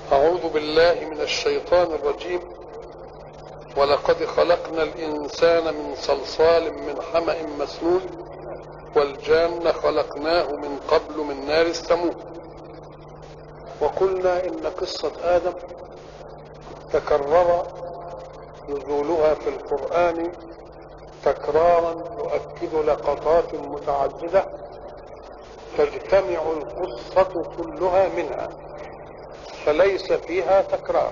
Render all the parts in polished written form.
أعوذ بالله من الشيطان الرجيم. ولقد خلقنا الإنسان من صلصال من حمأ مسنون والجان خلقناه من قبل من نار السموم. وقلنا إن قصة آدم تكرر نزولها في القرآن تكرارا يؤكد لقطات متعددة تجتمع القصة كلها منها فليس فيها تكرار.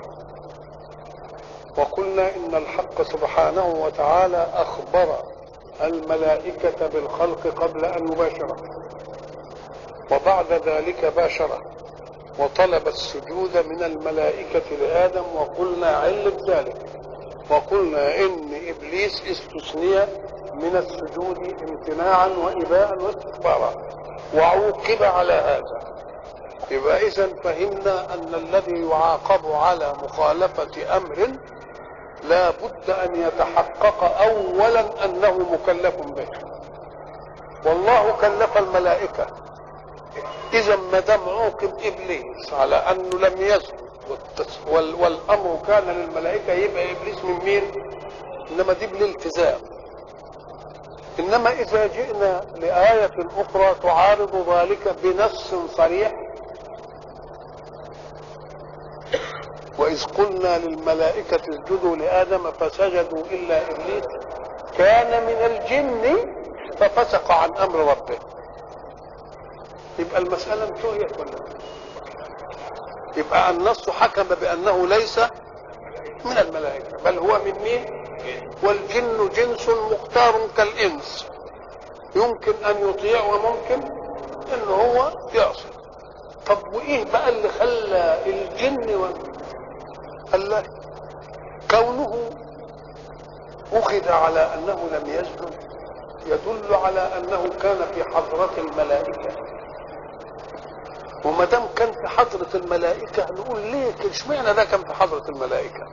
وقلنا إن الحق سبحانه وتعالى أخبر الملائكة بالخلق قبل أن يباشره، وبعد ذلك باشره وطلب السجود من الملائكة لآدم، وقلنا علة ذلك، وقلنا إن إبليس استثني من السجود امتناعا وإباء واستكبارا وعوقب على هذا. يبقى إذن فهمنا أن الذي يعاقب على مخالفة أمر لا بد أن يتحقق أولا أنه مكلف به، والله كلف الملائكة. إذا ما دام عوقب إبليس على أنه لم يسجد والأمر كان للملائكة، يبقى إبليس من مين؟ إنما دي بالالتزام. إنما إذا جئنا لآية أخرى تعارض ذلك بنص صريح، وإذ قلنا للملائكة اسجدوا لآدم فسجدوا إلا إبليس كان من الجن ففسق عن أمر ربه. يبقى المسألة انتهت ولا؟ يبقى النص حكم بأنه ليس من الملائكة بل هو من مين؟ والجن جنس مختار كالإنس، يمكن أن يطيع وممكن أنه هو يعصي. طب وإيه بقى اللي خلى الجن الله كونه أخذ على أنه لم يسجد يدل على أنه كان في حضرة الملائكة، وما دام كان في حضرة الملائكة نقول ليه اشمعنى ده كان في حضرة الملائكة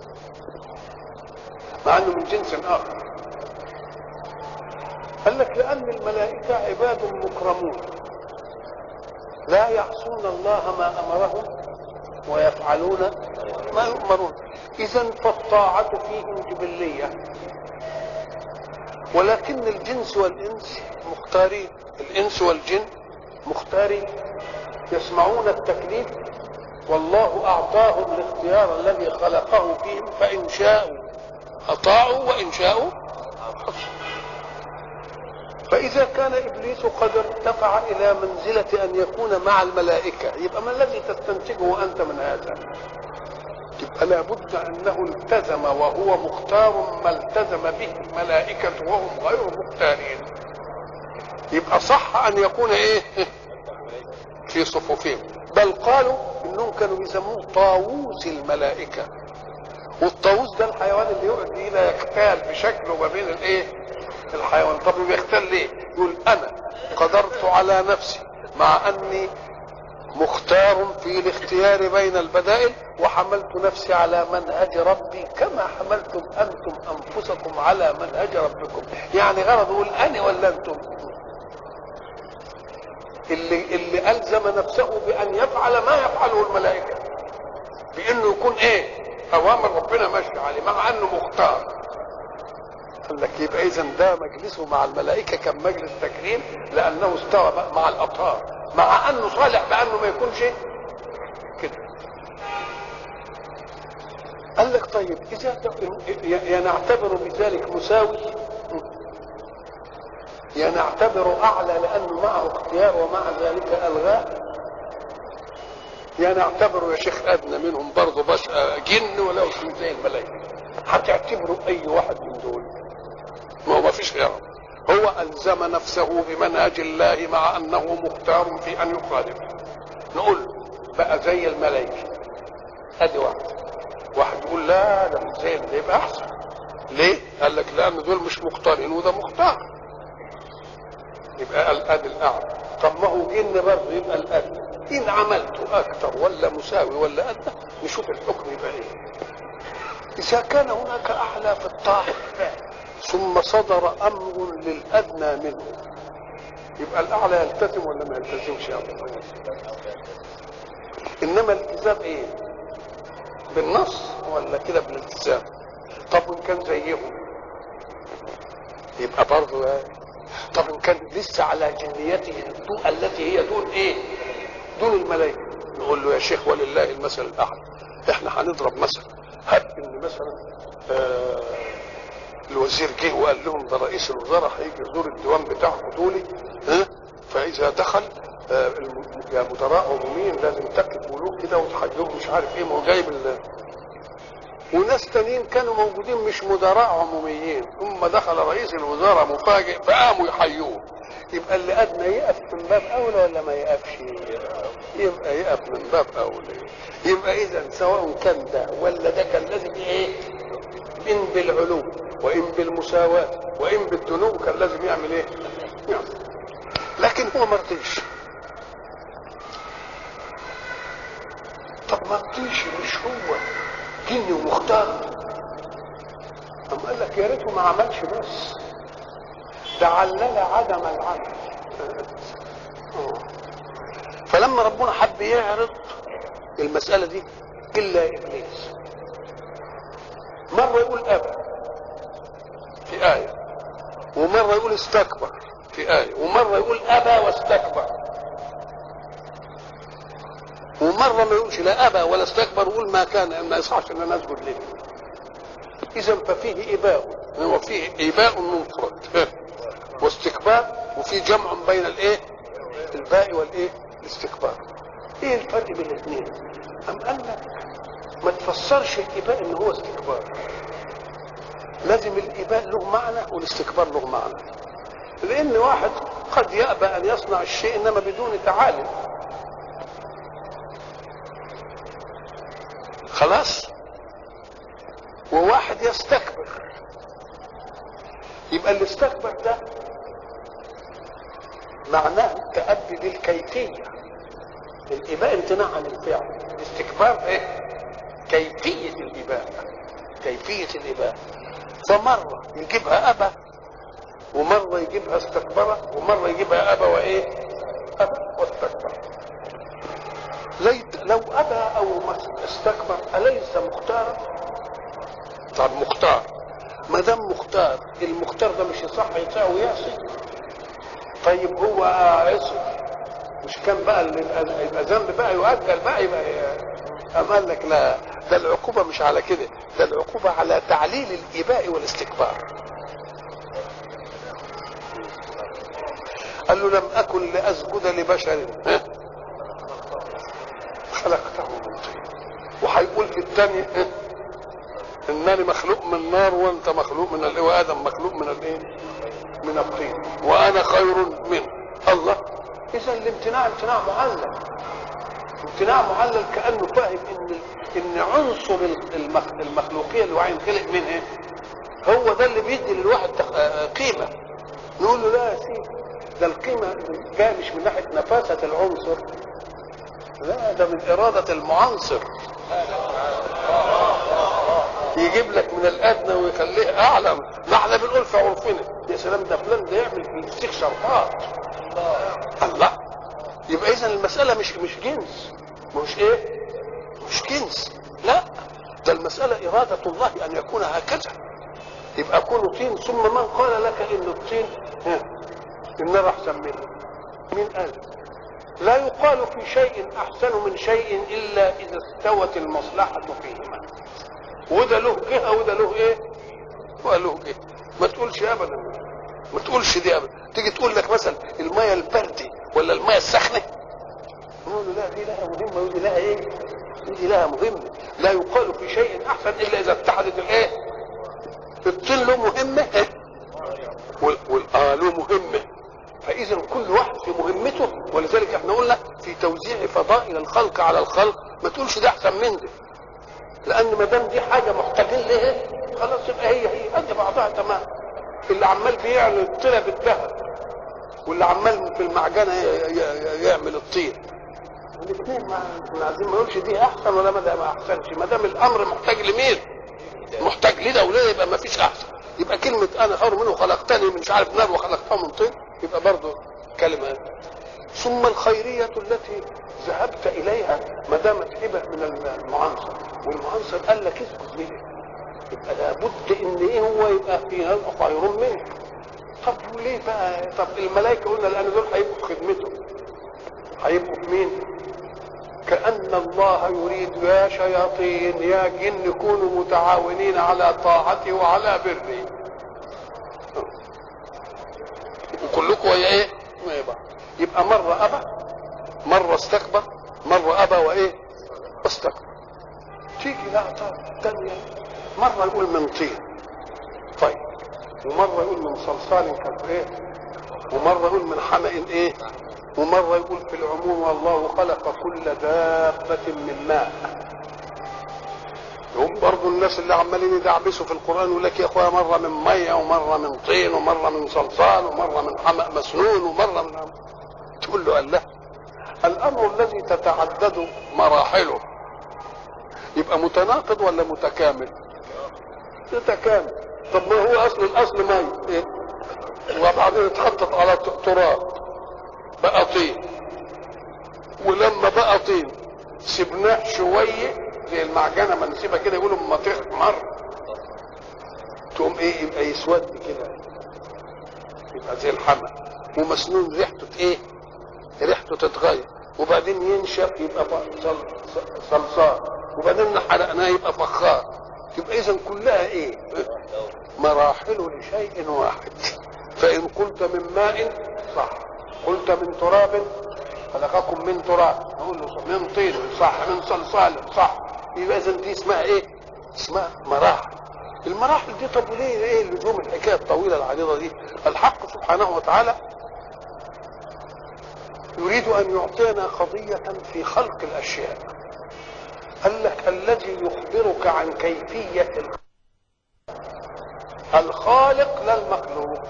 مع أنه من جنس آخر؟ قال لك لأن الملائكة عباد مكرمون لا يعصون الله ما أمرهم ويفعلون ما يؤمرون. إذن فالطاعة فيهم جبلية، ولكن الجنس والإنس مختارين، الإنس والجن مختارين يسمعون التكليف، والله أعطاهم الاختيار الذي خلقه فيهم، فإن شاءوا أطاعوا وإن شاءوا عصوا. فإذا كان إبليس قد ارتفع إلى منزلة أن يكون مع الملائكة، يبقى ما الذي تستنتجه أنت من هذا؟ يبقى لابد أنه التزم وهو مختار ما التزم به الملائكة وهم غير مختارين. يبقى صح أن يكون إيه في صفوفهم، بل قالوا إنهم كانوا يسموه طاووس الملائكة، والطاووس ده الحيوان اللي يقعد إلى يختال بشكله ما بين الإيه الحيوان. طب بيختل ليه؟ يقول أنا قدرت على نفسي مع أني مختار في الاختيار بين البدائل، وحملت نفسي على منهج ربي كما حملتم أنتم أنفسكم على منهج ربكم. يعني غرض يقول أنا ولا أنتم؟ اللي ألزم نفسه بأن يفعل ما يفعله الملائكة، بأنه يكون إيه أوامر ربنا ماشي عليه مع أنه مختار. قال لك يبقى إذن ده مجلسه مع الملائكة كان مجلس تكريم، لأنه استوى مع الأطهار، مع أنه صالح بأنه ما يكونش كده. قال لك طيب إذا نعتبر بذلك مساوي، نعتبر أعلى لأنه معه اختيار ومع ذلك ألغاه، نعتبره يا شيخ أدنى منهم برضه جن ولا اسم زي الملائكة. هتعتبروا أي واحد من دول؟ ما فيش غيره. هو ألزم نفسه بمنهج الله مع أنه مختار في أن يخالف. نقول بقى زي الملائكة، أدي واحد يقول لا ده مش زي ده، يبقى أحسن. ليه؟ قال لك لأن دول مش مختارين وده مختار، يبقى الأد الأعلى. طب ما هو جن برضه يبقى الأد. إن عملته أكثر ولا مساوي ولا أدنى نشوف الحكم يبقى إيه. إذا كان هناك أعلى في الطاعة ثم صدر أمر للأدنى منه، يبقى الأعلى يلتزم ولا ما يلتزمش؟ إنما الالتزام إيه؟ بالنص ولا كده بالالتزام؟ طب وان كان زيهم يبقى برضه طب ان كان لسه على جنيته التي هي دون ايه؟ دون الملائكه. نقول له يا شيخ ولله المثل الاعلى، احنا هنضرب مثل. هب ان مثلا الوزير جه وقال لهم ده رئيس الوزراء هيجي يزور الديوان بتاعكم دولي، فاذا دخل يا مدراء عموميين لازم تكتبوا له كده وتحجبوا مش عارف ايه، ما هو جايب وناس تانيين كانوا موجودين مش مدراء عموميين، ثم دخل رئيس الوزراء مفاجئ فقاموا يحيوه. يبقى اللي ادنى يقف من باب اولى ولا ما يقفش؟ يبقى يقف من باب اولى. يبقى اذا سواء كان ده ولا ده كان لازم ايه؟ ان بالعلو وان بالمساواه وان بالدنو كان لازم يعمل ايه؟ يعمل. لكن هو ما رضيش. طب ما رضيش، مش هو جني ومختار؟ طب قال لك يا ريته ما عملش، بس ده علل عدم العمل. فلما ربنا حب يعرض المسألة دي إلا إبليس، مرة يقول أبى في آية، ومرة يقول استكبر في آية، ومرة يقول أبى واستكبر، ومرة ما يقولش لا أبى ولا استكبر، ويقول ما كان ما يصحش أن أنا أسجد له. إذا ففيه إباء، وفيه إباء منفرد واستكبار، وفي جمع بين الايه؟ الباء والايه؟ الاستكبار. ايه الفرق بين الاثنين؟ ام قال لك ما تفسرش الاباء ان هو استكبار، لازم الاباء له معنى والاستكبار له معنى. لان واحد قد يأبى ان يصنع الشيء انما بدون تعالي، خلاص، وواحد يستكبر. يبقى اللي استكبر ده معناه التأدي للكيفية. الإباء امتناع عن الفعل، الاستكبار ايه؟ كيفية الإباء، كيفية الإباء. فمرة يجيبها أبى، ومرة يجيبها استكبر، ومرة يجيبها أبى وإيه؟ أبى واستكبر. لو أبى أو استكبر أليس مختارا؟ طب مختار، ما دام مختار، المختار ده مش يصح يساوي ويعصي؟ طيب هو عصي، مش كان بقى يبقى ذنب بقى يؤجل بقى يبقى أم قال لك لا، ده العقوبة مش على كده، ده العقوبة على تعليل الإباء والاستكبار. قال له لم أكن لأسجد لبشر خلقته من طين، وهيقول في الثاني إنني مخلوق من نار وأنت مخلوق من الإيه، وآدم مخلوق من الإيه؟ من الطين، وأنا خير منه. الله، إذا الامتناع امتناع معلل، امتناع معلل كأنه فاهم إن عنصر المخلوقية اللي وعين خلق منها هو ده اللي بيدي للواحد قيمة. نقول له لا يا سيدي، ده القيمة جاية مش من ناحية نفاسة العنصر، لا، ده من إرادة المعنصر. يجيب لك من الأدنى ويخليه أعلى. ما احنا بنقول في عرفنا يا سلام ده فلان ده يعمل في السيخ شرطات. الله، يبقى إذا المسألة مش جنس، مش إيه؟ مش جنس، لا، ده المسألة إرادة الله أن يكون هكذا. يبقى كونه طين، ثم من قال لك إن الطين النار أحسن منه؟ مين قال؟ لا يقال في شيء أحسن من شيء إلا إذا استوت المصلحة فيهما، وده له جهة وده له إيه؟ وله جهة. ما تقولش أبدا، ما تقولش دي أبدا. تيجي تقول لك مثلا المية الباردة ولا المية السخنة، نقول له لا، دي لها مهمة ودي لها إيه؟ دي لها مهمة. لا يقال في شيء أحسن إلا إذا اتحدت الإيه؟ الطين له مهمة له مهمة. فإذا كل واحد في مهمته، ولذلك احنا قلنا في توزيع فضائل الخلق على الخلق ما تقولش ده أحسن من ده، لأن ما دام دي حاجة محتاجين لها خلاص يبقى هي قد بعضها تمام. اللي عمال بيعمل الطينة بالذهب واللي عمال في المعجنة يعمل الطين، الاثنين ما عايزين ما نقولش دي أحسن ولا ما ده ما أحسنش. ما دام الأمر محتاج لمين؟ محتاج لده ولده، يبقى ما فيش أحسن. يبقى كلمة أنا خير منه خلقتني من مش عارف نار وخلقته من طين، يبقى برضه كلمة ثم الخيرية التي ذهبت إليها ما دامت هبة من المعنصر، والمعنصر قال لك اسكت بيه، يبقى لابد إن إيه هو يبقى فيها خير منه. طب وليه بقى؟ طب الملائكة قلنا الآن دول هيبقوا في خدمته، هيبقوا في مين؟ كأن الله يريد يا شياطين يا جن كونوا متعاونين على طاعته وعلى بره، وكلكم ويا ايه؟ يبقى مرة أبى، مرة استكبر، مرة أبى وإيه؟ استكبر. تيجي لقطة تانية مرة يقول من طين، طيب، ومرة يقول من صلصال كالإيه، ومرة يقول من حمأ إيه، ومرة يقول في العموم والله خلق كل دابة من ماء. هم برضو الناس اللي عمالين يدعبسوا في القرآن يقول لك يا اخويا مرة من مية ومرة من طين ومرة من صلصال ومرة من حمأ مسنون ومرة من، تقول له الله، الأمر الذي تتعدد مراحله يبقى متناقض ولا متكامل؟ متكامل. طب ما هو الأصل مية إيه؟ وبعدين اتحطت على تراب بقى طين، ولما بقى طين سبناه شويه زي المعجنه ما نسيبها كده يقولوا اما تحمر تقوم ايه؟ يبقى يسود كده، يبقى زي الحمى، ومسنون ريحته ايه؟ ريحته تتغير، وبعدين ينشف يبقى صلصال، وبعدين حرقناه يبقى فخار. يبقى اذا كلها ايه؟ مراحل لشيء واحد. فان قلت من ماء صح، قلت من تراب خلقكم من تراب، نقول له صح، من طين صح، من صلصال صح، يبقى اذا دي اسمها ايه؟ اسمها مراحل. المراحل دي طب وليه ايه لزوم الحكايه الطويله العريضه دي؟ الحق سبحانه وتعالى يريد ان يعطينا قضيه في خلق الاشياء. قال لك الذي يخبرك عن كيفيه الخالق لا المخلوق.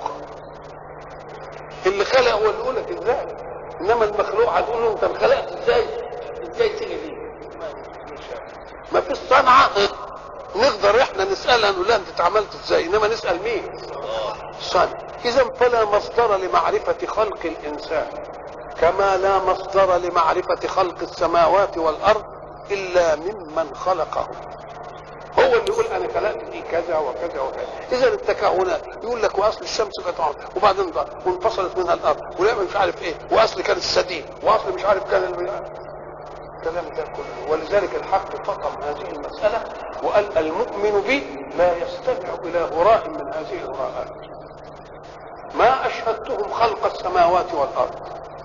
اللي خلق هو اللي يقول لك ازاي، انما المخلوق هتقول له انت خلقت ازاي؟ ازاي تيجي دي؟ ما فيش صنعه نقدر احنا نسالها نقول لها انت اتعملت ازاي، انما نسال مين؟ صنع. اذا فلا مصدر لمعرفه خلق الانسان كما لا مصدر لمعرفه خلق السماوات والارض الا ممن خلقه. هو اللي يقول انا خلقت دي كذا وكذا وكذا. اذا التكهنات يقول لك واصل الشمس كانت وبعدين وانفصلت منها الارض ولعب مش عارف ايه، واصل كان السديد، واصل مش عارف كان الكلام ده كله. ولذلك الحق فطن هذه المساله وقال المؤمن بي لا يستمع الى هراء من هذه الهراءات. ما اشهدتهم خلق السماوات والارض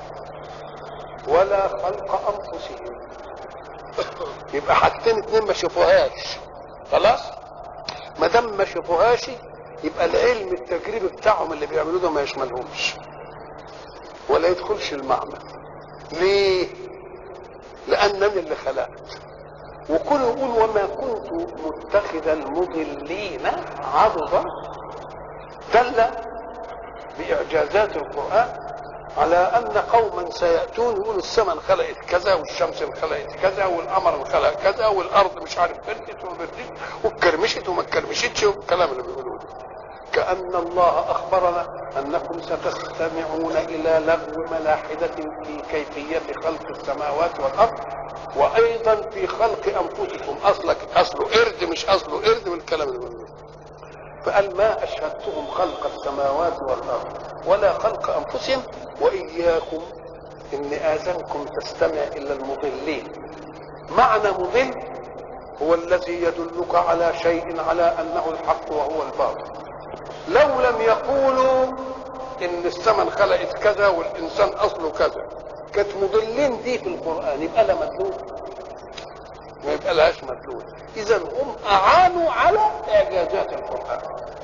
ولا خلق انفسهم. يبقى حاجتين اتنين ما شافوهاش، خلاص؟ ما دام ما شافوهاش يبقى العلم التجريبي بتاعهم اللي بيعملوه ده ما يشملهمش ولا يدخلش المعمل. ليه؟ لانني اللي خلقت. وكل يقول وما كنت متخذ المضلين عضدا، دل باعجازات القران على ان قوما سياتون يقولوا السماء انخلقت كذا والشمس انخلقت كذا والقمر انخلق كذا والارض مش عارف بردت وما بردتش واتكرمشت وما اتكرمشتش والكلام اللي بيقولوه ده. كأن الله اخبرنا انكم ستستمعون الى لغو ملاحدة في كيفية خلق السماوات والارض وايضا في خلق انفسكم. اصله قرد مش اصله قرد من الكلام اللي بيقولوه. فقال ما اشهدتهم خلق السماوات والارض ولا خلق انفسهم واياكم ان اذنكم تستمع الى المضلين. معنى مضل هو الذي يدلك على شيء على انه الحق وهو الباطل. لو لم يقولوا ان السماء انخلقت كذا والانسان اصله كذا كانت مضلين دي في القران يبقى لها مدلول؟ ما يبقى لهاش مدلول. اذا هم اعانوا على اعجازات القران.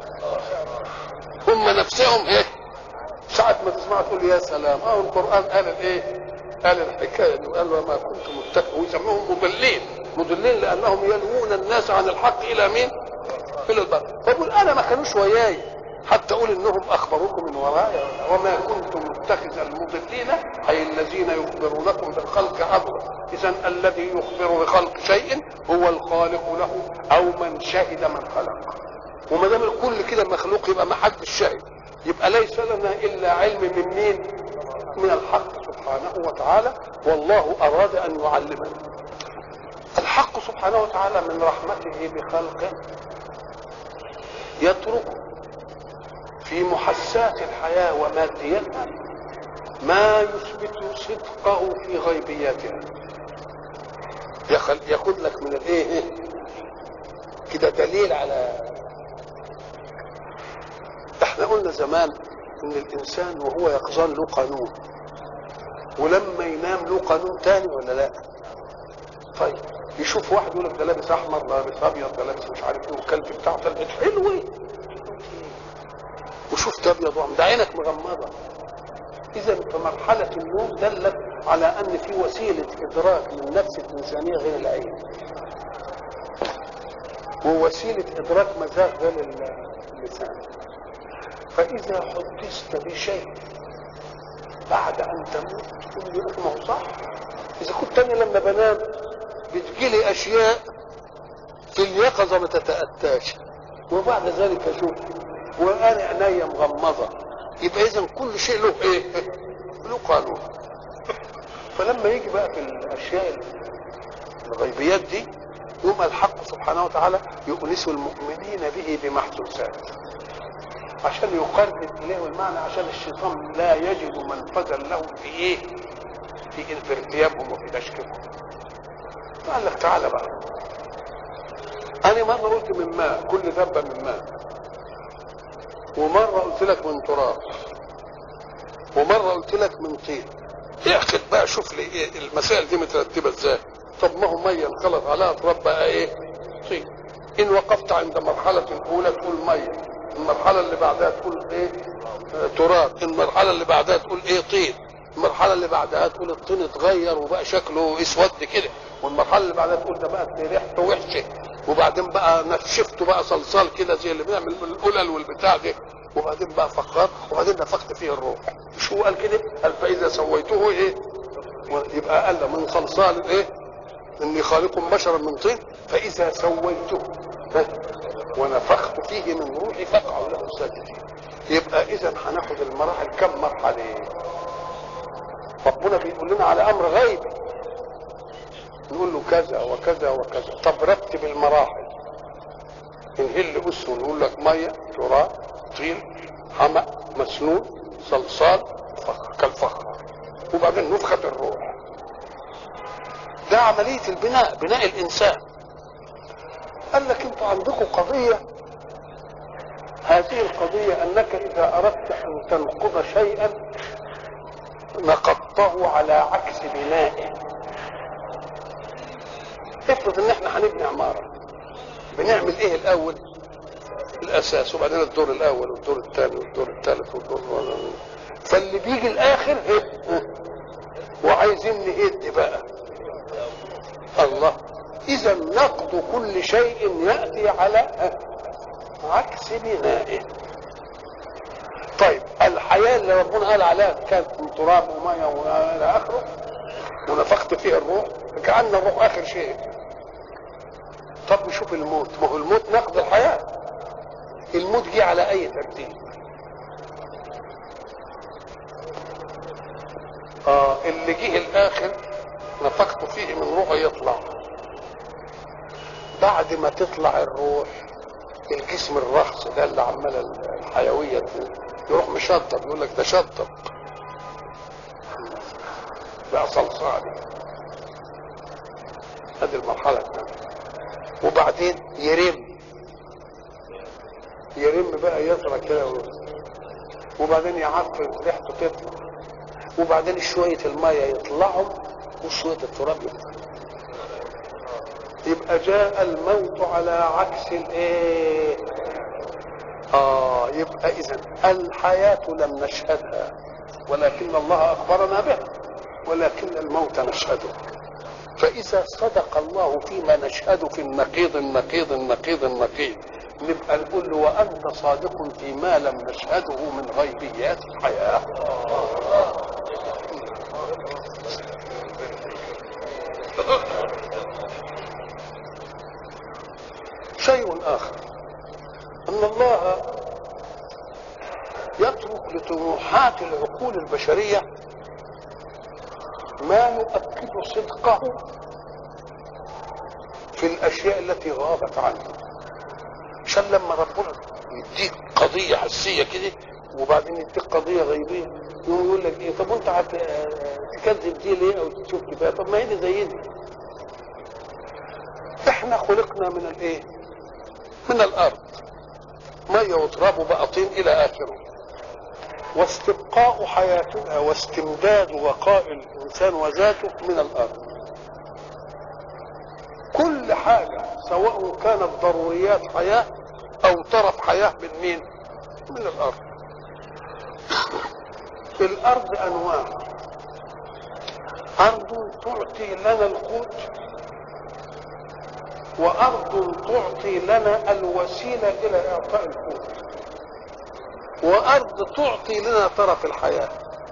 هم نفسهم ايه؟ ساعة ما تسمع تقول يا سلام القرآن قال الايه؟ قال الحكاية دي وقال وما كنت متخذ، ويسموهم مضلين لأنهم يلوون الناس عن الحق إلى مين؟ إلى الباطل. فقول أنا ما كانوش وياي حتى أقول إنهم أخبروكم من ورايا. وما كنت متخذ المضلين أي الذين يخبرونكم بالخلق عبرا. إذا الذي يخبر بخلق شيء هو الخالق له أو من شهد من خلق. وما دام الكل كده مخلوق يبقى ما حدش شاهد، يبقى ليس لنا الا علم من مين؟ من الحق سبحانه وتعالى، والله أراد أن يعلمنا. الحق سبحانه وتعالى من رحمته بخلقه يترك في محسات الحياة وماديتها ما يثبت صدقه في غيبياتها. ياخد لك من الايه كده دليل على. احنا قلنا زمان ان الانسان وهو يقظان له قانون، ولما ينام له قانون تاني ولا لا؟ طيب يشوف واحد يقول لك ده لابس احمر، ده لابس ابيض، ده لابس مش عارف ايه، والكلب بتاعه تلبس حلو، وشوف ده ابيض وعم ده عينك مغمضه. اذا فمرحله النوم دلت على ان في وسيله ادراك للنفس الانسانيه غير العين، ووسيله ادراك مزاج غير اللسان. فاذا حدثت بشيء بعد ان تموت تقول لي ما هو صح. اذا كنت انا لما بنام بتجيلي اشياء في اليقظه ما تتاتاش، وبعد ذلك اشوف وانا عينيا مغمضه، يبقى اذا كل شيء له ايه؟ له قانون. فلما يجي بقى في الاشياء الغيبيات دي يوم الحق سبحانه وتعالى يؤنس المؤمنين به بمحسوسات عشان يقرب اليه المعنى، عشان الشيطان لا يجد منفذا له في ايه؟ في ارتيابهم وفي تشكيكهم. قال لك تعالى بقى، انا مره قلت من ماء، كل ذبه من ماء، ومره قلت لك من تراب، ومره قلت لك من طين. احكي بقى شوف لي ايه المسائل دي مترتبه ازاي. طب ما هو ميه انخلط عليها تراب بقى ايه؟ طين. ان وقفت عند مرحله اولى تقول ميه، المرحله اللي بعدها تقول ايه؟ تراب، المرحله اللي بعدها تقول ايه؟ طين، المرحله اللي بعدها تقول الطين اتغير وبقى شكله اسود كده، والمرحله اللي بعدها تقول ده بقى ريحته وحشه، وبعدين بقى نشفته بقى صلصال كده زي اللي بيعمل القلل والبتاع ده، وبعدين بقى فخار، وبعدين نفخت فيه الروح. مش هو قال كده؟ قال فاذا سويته ايه؟ يبقى قال من صلصال ايه؟ اني خالق بشرا من طين فاذا سويته ونفخت فيه من روحي فاقعوا له ساجدين. يبقى اذا هناخد المراحل كم مرحله؟ ربنا بيقول لنا على امر غيبي نقول له كذا وكذا وكذا. طب رتب المراحل، نهل اسه نقول لك ميه، تراب، طين، حمأ، مسنون، صلصال، كالفخار، وبعدين نفخة الروح. ده عملية البناء، بناء الإنسان. قال لك انتوا عندكم قضية، هذه القضية انك اذا اردت ان تنقض شيئا نقضته على عكس بنائه. افرض ان احنا هنبني عمارة، بنعمل ايه الاول؟ الاساس، وبعدين الدور الاول والدور الثاني والدور الثالث والدور فاللي بيجي الاخر وعايزين نهد بقى. الله، اذا نقض كل شيء ياتي على عكس بنائه. طيب الحياه اللي ربنا قال عليها كانت من تراب وميه والى اخره ونفخت فيها الروح، فكأن الروح اخر شيء. طب نشوف الموت، ما هو الموت نقض الحياه. الموت جه على اي ترتيب؟ اللي جه الاخر نفخت فيه من روحه يطلع. بعد ما تطلع الروح الجسم الرخص ده اللي عمال الحيويه يروح مشطب، يقول لك ده شطب بقى صلصالي. هذه المرحله الثانيه. وبعدين يرم بقى يطلع كده، وبعدين يعفن ريحته تطلع، وبعدين شويه الميه يطلعهم وشويه التراب يطلع. يبقى جاء الموت على عكس الايه؟ يبقى اذا الحياه لم نشهدها ولكن الله اخبرنا بها، ولكن الموت نشهده. فاذا صدق الله فيما نشهد في النقيض النقيض النقيض النقيض، نبقى نقول له وانت صادق فيما لم نشهده من غيبيات الحياه. شيء آخر أن الله يترك لطموحات العقول البشرية ما يؤكد صدقه في الاشياء التي غابت عنه. عشان لما ربنا يديك قضيه حسيه كده وبعدين يديك قضيه غيبيه يقول لك ايه؟ طب وانت هتكذب دي ليه او تشوف كفايه؟ طب ما هي دي زي دي. احنا خلقنا من الايه؟ من الارض، ميه وتراب وبقى طين الى اخره. واستبقاء حياتنا واستمداد بقاء الانسان وذاته من الارض. كل حاجه سواء كانت ضروريات حياه او طرف حياه من مين؟ من الارض. في الارض انواع: ارض تعطي لنا القوت، وارض تعطي لنا الوسيله الى اعطاء القوت، وارض تعطي لنا طرف الحياه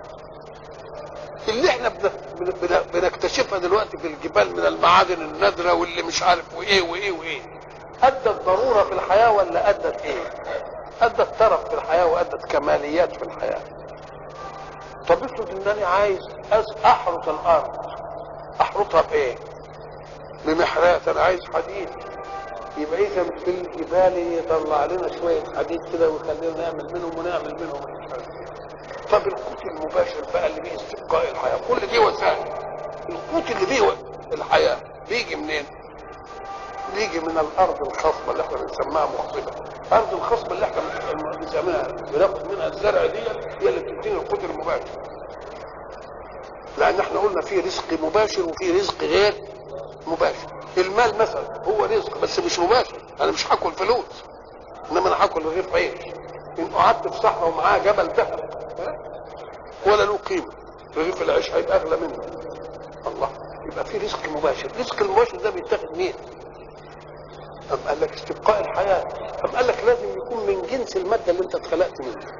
اللي احنا بنكتشفها دلوقتي في الجبال من المعادن النادره واللي مش عارف وايه وايه وايه. ادت ضروره في الحياه ولا ادت ايه؟ ادت طرف في الحياه وادت كماليات في الحياه. طب افرض انني عايز احرث الارض، احرثها بايه؟ بمحرات. انا عايز حديد، يبقى اذا في الجبال يطلع لنا شويه حديد كده ويخلينا نعمل منهم ونعمل منهم. طب القوت المباشر بقى اللي بيه استبقاء الحياه، كل دي وسائل. القوت اللي بيه الحياه بيجي منين؟ بيجي من الارض الخصبه اللي احنا بنسميها مخصبه. الارض الخصبه اللي احنا بنسميها بناخد منها الزرع دي هي اللي بتدينا القوت المباشر. لان احنا قلنا في رزق مباشر وفي رزق غير مباشر. المال مثلا هو رزق بس مش مباشر. انا مش هاكل فلوس، انما انا هاكل رغيف عيش. ان قعدت في صحراء ومعاه جبل ذهب ولا له قيمه، رغيف العيش هيبقى اغلى منه. الله، يبقى في رزق مباشر. الرزق المباشر ده بيتاخد مين؟ أم قال لك استبقاء الحياه. أم قال لك لازم يكون من جنس الماده اللي انت اتخلقت منها.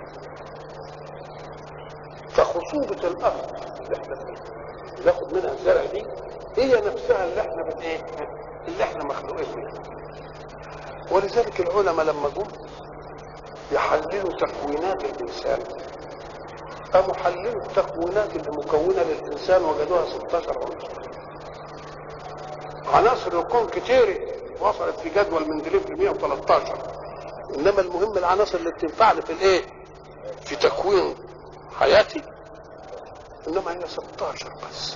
فخصوبه الارض اللي احنا بناخد منها الزرع دي هي نفسها اللي احنا ايه؟ اللي احنا مخلوقين منها. ولذلك العلماء لما جم يحللوا تكوينات الانسان، قاموا حللوا التكوينات اللي مكونه للانسان وجدوها 16 عنصر. عناصر الكون كتيره وصلت في جدول مندليف ل 113، انما المهم العناصر اللي بتنفعني في الايه؟ في تكوين حياتي، انما هي 16 بس.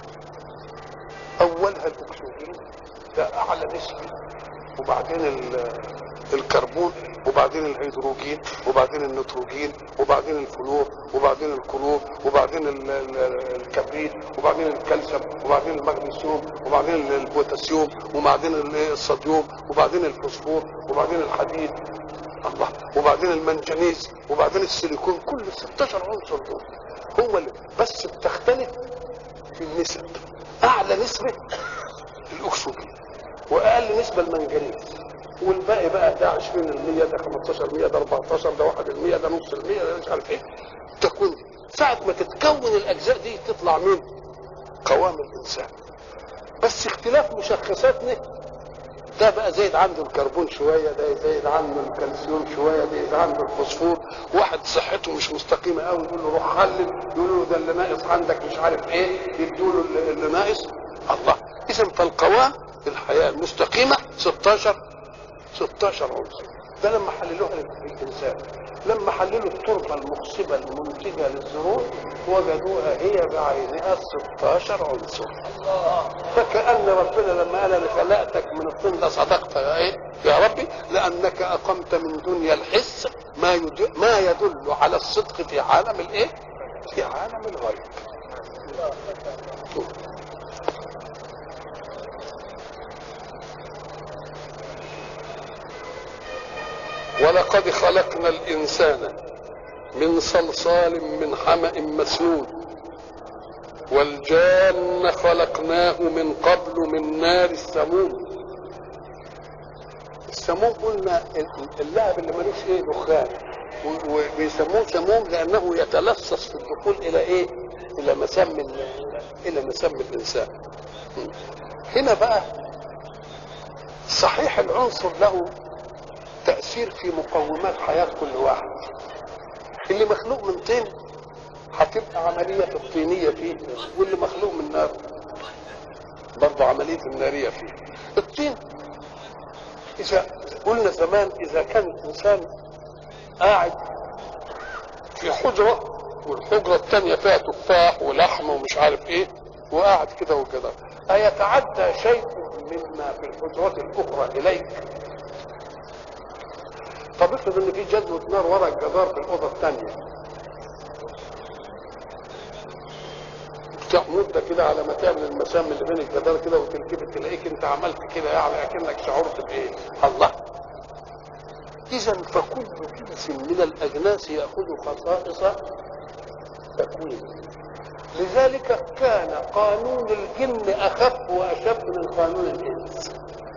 اولها الاكسجين، ده اعلى نسبه، وبعدين الكربون، وبعدين الهيدروجين، وبعدين النيتروجين، وبعدين الفلور، وبعدين الكلور، وبعدين الكبريت، وبعدين الكالسيوم، وبعدين المغنيسيوم، وبعدين البوتاسيوم، وبعدين الصوديوم، وبعدين الفوسفور، وبعدين الحديد، الله، وبعدين المنجنيز، وبعدين السيليكون. كل 16 عنصر دول هم اللي بس بتختلف في النسب. اعلى نسبه الاكسجين، واقل نسبه المنجنيز، والباقي بقى ده 20%، ده 15%، ده 14%، ده 1%، ده نص المية، ده مش عارف ايه. تكون ساعة ما تتكون الاجزاء دي تطلع من قوام الانسان. بس اختلاف مشخصاتنا، ده بقى زايد عنده الكربون شوية، ده زايد عنده الكالسيوم شوية، ده زايد عنده الفوسفور. واحد صحته مش مستقيمة قوي يقول له روح خلل، يقول له ده اللي ناقص عندك مش عارف ايه، يدوا له اللي ناقص. الله، اذا فالقوام الحياة المستقيمة 16 عنصر. ده لما حللوها للإنسان. لما حللوا التربة المخصبة المنتجة للزروع وجدوها هي بعينها 16 عنصر. فكأن ربنا لما قال أنا خلقتك من الطين ده صدقت يا ربي، لأنك أقمت من دنيا الحس ما يدل على الصدق في عالم الايه؟ في عالم الغيب. ولقد خلقنا الإنسان من صلصال من حمأ مسنون والجان خلقناه من قبل من نار السموم. السموم قلنا اللهب اللي ملوش ايه دخان، وبيسموه سموم لأنه يتلصص في الدخول إلى ايه؟ إلى مسام الإنسان. هنا بقى صحيح العنصر له تأثير في مقومات حياة كل واحد. اللي مخلوق من طين هتبقى عملية الطينية فيه، واللي مخلوق من النار برضه عملية النارية فيه. الطين إذا قلنا زمان إذا كان الإنسان قاعد في حجرة والحجرة الثانية فيها تفاح ولحم ومش عارف إيه وقاعد كده وكده، أيتعدى شيء مما في الحجرات الأخرى إليك؟ طب افرض إن في جذوة نار ورا الجدار في الأوضة الثانية، تفتح مدة كده على ما تعمل المسام اللي بين الجدار كده وتلتفت تلاقيك انت عملت كده، يعني اكنك شعرت بايه؟ الله. اذا فكل جنس من الاجناس ياخذ خصائص تكوين. لذلك كان قانون الجن اخف واشد من قانون الانس.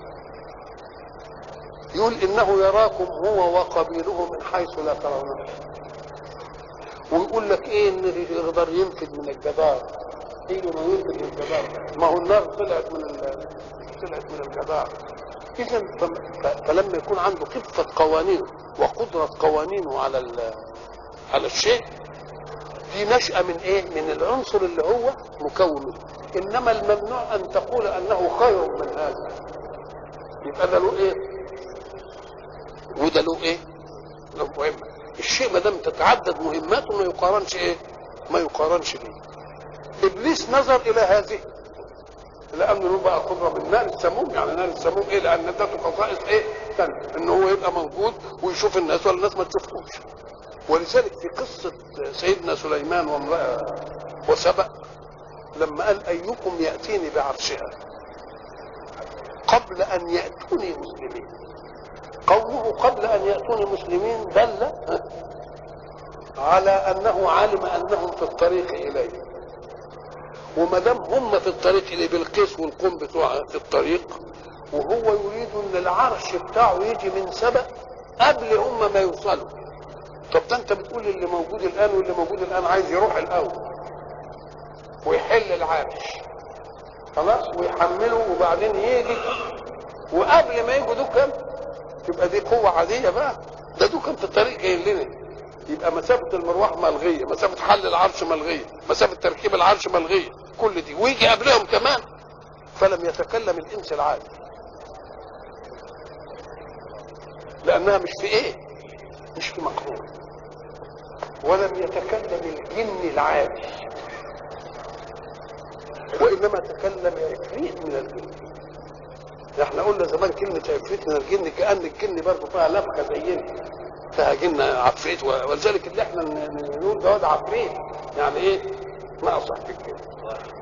يقول انه يراكم هو وقبيله من حيث لا ترونه، ويقول لك ايه ان يقدر ينفذ من الجدار. ايه ما ينفذ من الجدار؟ ما هو النار طلعت من الجدار. اذا فلما يكون عنده خفه قوانينه وقدره قوانينه على الشيء، دي نشأة من ايه؟ من العنصر اللي هو مكون. انما الممنوع ان تقول انه خير من هذا، يبقى ده له ايه وده له ايه؟ له مهمه. الشيء ما دام تتعدد مهماته ما يقارنش ايه؟ ما يقارنش بيه. ابليس نظر الى هذه لانه له بقى قدره من نار السموم. يعني نار السموم ايه؟ لان ادته خصائص ايه؟ ثانيه، ان هو يبقى موجود ويشوف الناس ولا الناس ما تشوفوش. ولذلك في قصه سيدنا سليمان وامراه وسبأ لما قال ايكم ياتيني بعرشها قبل ان ياتوني مسلمين، قوله قبل ان ياتوني مسلمين دل على انه علم انهم في الطريق اليه. وما دام هم في الطريق اليه بالقيس والقوم بتوعها في الطريق، وهو يريد ان العرش بتاعه يجي من سبأ قبل هم ما يوصلوا. طب ده انت بتقول اللي موجود الان واللي موجود الان عايز يروح الاول ويحل العرش خلاص ويحمله وبعدين يجي، وقبل ما يجوا دول تبقى دي قوه عاديه بقى. ده دول كان في الطريق جايين لنا، يبقى مسافه المروح ملغيه، مسافه حل العرش ملغيه، مسافه تركيب العرش ملغيه، كل دي ويجي قبلهم كمان. فلم يتكلم الانس العادي لانها مش في ايه؟ مش في مقهور. ولم يتكلم الجن العادي وانما تكلم عفريت من الجن. احنا قلنا زمان كلمه عفريت من الجن كأن الجن برضه فيها لبخه زينا، فيها جن عفريت. ولذلك اللي احنا نقول ده عفريت يعني ايه؟ ما اصح في الكلمه.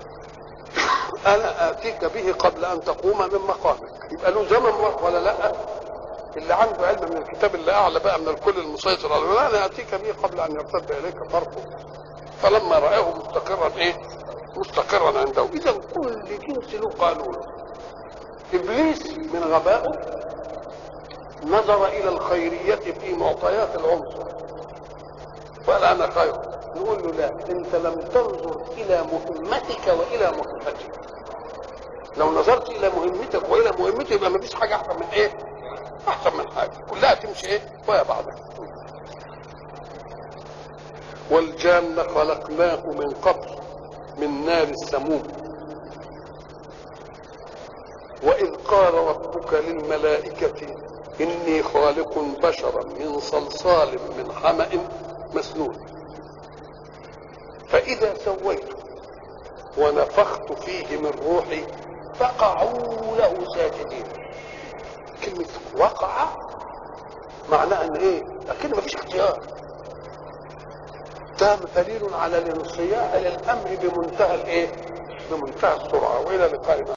انا اتيك به قبل ان تقوم من مقامك. يبقى له زمن ولا لا؟ اللي عنده علم من الكتاب اللي اعلى بقى من الكل المسيطر على لا، انا اتيك به قبل ان يرتد اليك طرفه. فلما رآه مستقرا ايه؟ مستقرا عنده. اذا كل جنس له قانون. ابليس من غبائه نظر الى الخيرية في معطيات العنصر وقال انا خير. نقول له لا، انت لم تنظر الى مهمتك والى مهمتك. لو نظرت الى مهمتك والى مهمته يبقى ما فيش حاجه احسن من ايه؟ احسن من حاجه، كلها تمشي ايه؟ ويا بعضها. والجان خلقناه من قبل من نار السموم واذ قال ربك للملائكه اني خالق بشرا من صلصال من حمأ مسنون فاذا سويته ونفخت فيه من روحي فقعوا له ساجدين. كلمة وقع معناها ان ايه؟ لكن مفيش اختيار. ده دليل على الانصياع للامر بمنتهى الايه؟ بمنتهى السرعة. والى لقائنا.